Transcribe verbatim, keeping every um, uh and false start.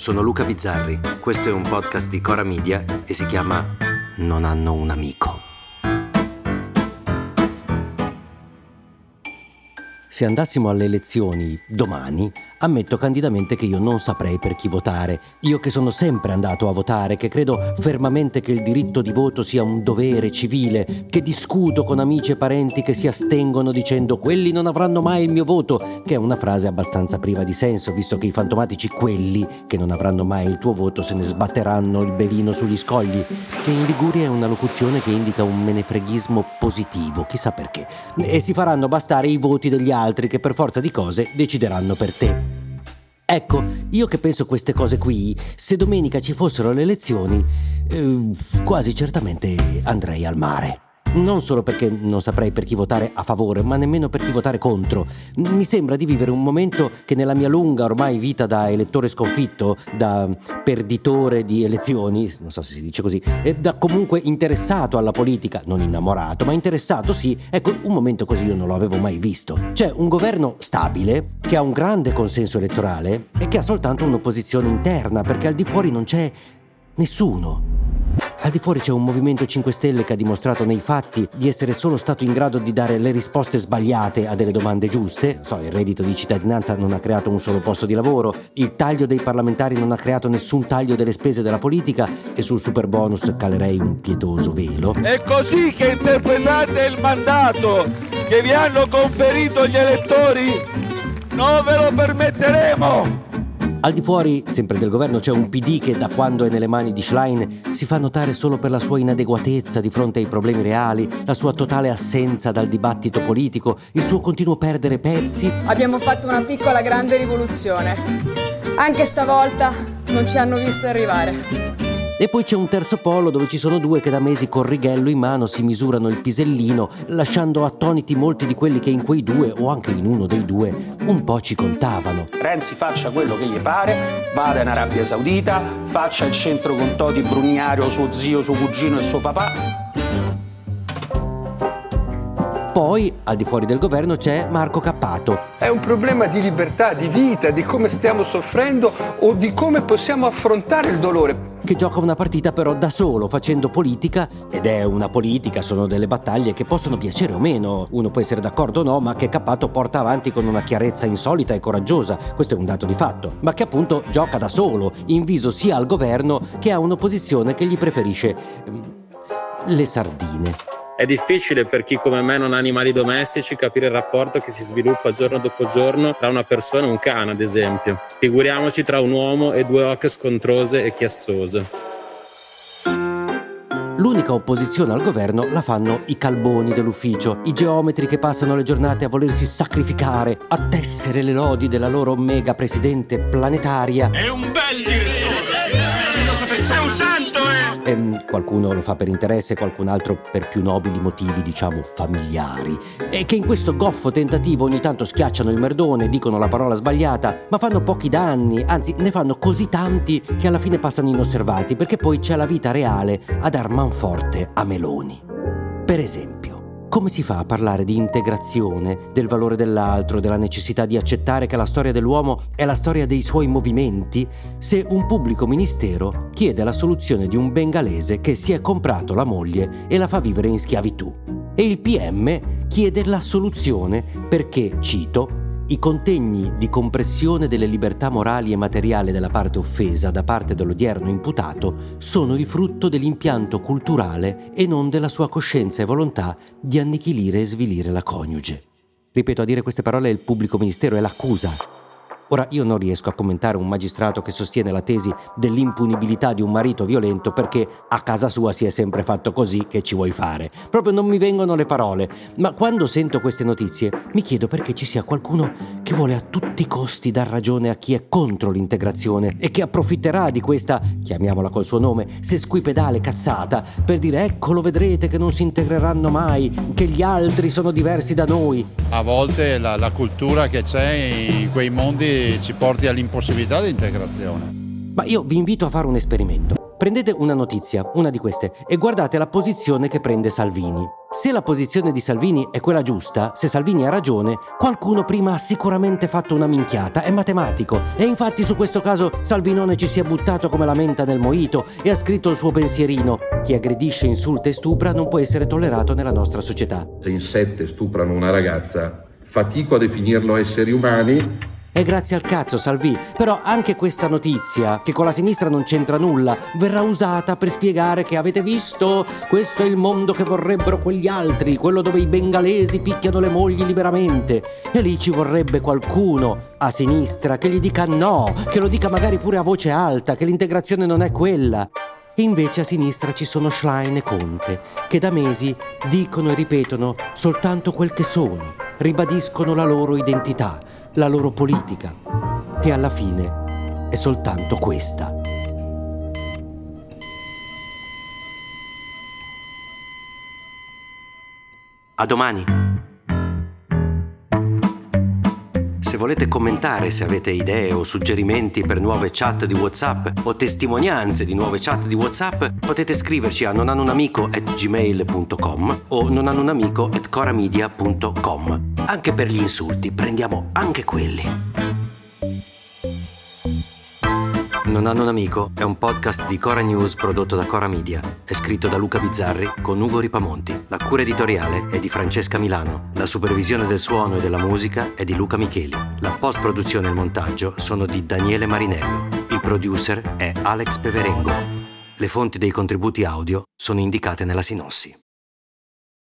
sono Luca Bizzarri, questo è un podcast di Cora Media e si chiama Non hanno un amico. Se andassimo alle elezioni domani, ammetto candidamente che io non saprei per chi votare. Io che sono sempre andato a votare, che credo fermamente che il diritto di voto sia un dovere civile, che discuto con amici e parenti che si astengono dicendo «quelli non avranno mai il mio voto», che è una frase abbastanza priva di senso, visto che i fantomatici «quelli» che non avranno mai il tuo voto se ne sbatteranno il belino sugli scogli, che in Liguria è una locuzione che indica un menefreghismo positivo, chissà perché, e si faranno bastare i voti degli altri che per forza di cose decideranno per te. Ecco, io che penso queste cose qui, se domenica ci fossero le elezioni, eh, quasi certamente andrei al mare. Non solo perché non saprei per chi votare a favore, ma nemmeno per chi votare contro. Mi sembra di vivere un momento che nella mia lunga ormai vita da elettore sconfitto, da perditore di elezioni, non so se si dice così, e da comunque interessato alla politica, non innamorato, ma interessato sì, ecco, un momento così io non lo avevo mai visto. C'è un governo stabile, che ha un grande consenso elettorale e che ha soltanto un'opposizione interna, perché al di fuori non c'è nessuno. Al di fuori c'è un Movimento cinque Stelle che ha dimostrato nei fatti di essere solo stato in grado di dare le risposte sbagliate a delle domande giuste. So, il reddito di cittadinanza non ha creato un solo posto di lavoro, il taglio dei parlamentari non ha creato nessun taglio delle spese della politica e sul super bonus calerei un pietoso velo. È così che interpretate il mandato che vi hanno conferito gli elettori? Non ve lo permetteremo! Al di fuori, sempre del governo, c'è un P D che da quando è nelle mani di Schlein si fa notare solo per la sua inadeguatezza di fronte ai problemi reali, la sua totale assenza dal dibattito politico, il suo continuo perdere pezzi. Abbiamo fatto una piccola grande rivoluzione. Anche stavolta non ci hanno visto arrivare. E poi c'è un terzo polo dove ci sono due che da mesi col righello in mano si misurano il pisellino, lasciando attoniti molti di quelli che in quei due, o anche in uno dei due, un po' ci contavano. Renzi faccia quello che gli pare, vada in Arabia Saudita, faccia il centro con Toti Brugnario, suo zio, suo cugino e suo papà. Poi, al di fuori del governo, c'è Marco Cappato. È un problema di libertà, di vita, di come stiamo soffrendo o di come possiamo affrontare il dolore. Che gioca una partita però da solo, facendo politica, ed è una politica, sono delle battaglie che possono piacere o meno, uno può essere d'accordo o no, ma che Cappato porta avanti con una chiarezza insolita e coraggiosa, questo è un dato di fatto, ma che appunto gioca da solo, inviso sia al governo che a un'opposizione che gli preferisce ehm, le sardine. È difficile per chi come me non ha animali domestici capire il rapporto che si sviluppa giorno dopo giorno tra una persona e un cane, ad esempio. Figuriamoci tra un uomo e due oche scontrose e chiassose. L'unica opposizione al governo la fanno i calboni dell'ufficio, i geometri che passano le giornate a volersi sacrificare, a tessere le lodi della loro mega presidente planetaria. È un bel direttore! È un santo, eh! E qualcuno lo fa per interesse, qualcun altro per più nobili motivi, diciamo familiari, e che in questo goffo tentativo ogni tanto schiacciano il merdone, dicono la parola sbagliata, ma fanno pochi danni, anzi ne fanno così tanti che alla fine passano inosservati, perché poi c'è la vita reale a dar manforte a Meloni. Per esempio, come si fa a parlare di integrazione, del valore dell'altro, della necessità di accettare che la storia dell'uomo è la storia dei suoi movimenti, se un pubblico ministero chiede la soluzione di un bengalese che si è comprato la moglie e la fa vivere in schiavitù? E il P M chiede la soluzione perché, cito, i contegni di compressione delle libertà morali e materiali della parte offesa da parte dell'odierno imputato sono il frutto dell'impianto culturale e non della sua coscienza e volontà di annichilire e svilire la coniuge. Ripeto, a dire queste parole è il pubblico ministero, è l'accusa. Ora, io non riesco a commentare un magistrato che sostiene la tesi dell'impunibilità di un marito violento perché a casa sua si è sempre fatto così, che ci vuoi fare? Proprio non mi vengono le parole. Ma quando sento queste notizie mi chiedo perché ci sia qualcuno che vuole a tutti i costi dar ragione a chi è contro l'integrazione e che approfitterà di questa, chiamiamola col suo nome, sesquipedale cazzata per dire ecco lo vedrete che non si integreranno mai, che gli altri sono diversi da noi. A volte la, la cultura che c'è in quei mondi ci porti all'impossibilità di integrazione. Ma io vi invito a fare un esperimento. Prendete una notizia, una di queste, e guardate la posizione che prende Salvini. Se la posizione di Salvini è quella giusta, se Salvini ha ragione, qualcuno prima ha sicuramente fatto una minchiata, è matematico. E infatti su questo caso Salvinone ci si è buttato come la menta nel mojito e ha scritto il suo pensierino: chi aggredisce, insulta e stupra non può essere tollerato nella nostra società. Se in sette stuprano una ragazza, fatico a definirlo esseri umani. E grazie al cazzo, Salvì, però anche questa notizia, che con la sinistra non c'entra nulla, verrà usata per spiegare che avete visto? Questo è il mondo che vorrebbero quegli altri, quello dove i bengalesi picchiano le mogli liberamente. E lì ci vorrebbe qualcuno a sinistra che gli dica no, che lo dica magari pure a voce alta, che l'integrazione non è quella. Invece a sinistra ci sono Schlein e Conte, che da mesi dicono e ripetono soltanto quel che sono, ribadiscono la loro identità, la loro politica, che alla fine è soltanto questa. A domani! Se volete commentare, se avete idee o suggerimenti per nuove chat di WhatsApp o testimonianze di nuove chat di WhatsApp, potete scriverci a nonhanunamico at gmail punto com o nonhanunamico at coramedia punto com. Anche per gli insulti, prendiamo anche quelli. Non hanno un amico è un podcast di Cora News prodotto da Cora Media. È scritto da Luca Bizzarri con Ugo Ripamonti. La cura editoriale è di Francesca Milano. La supervisione del suono e della musica è di Luca Micheli. La post-produzione e il montaggio sono di Daniele Marinello. Il producer è Alex Peverengo. Le fonti dei contributi audio sono indicate nella sinossi.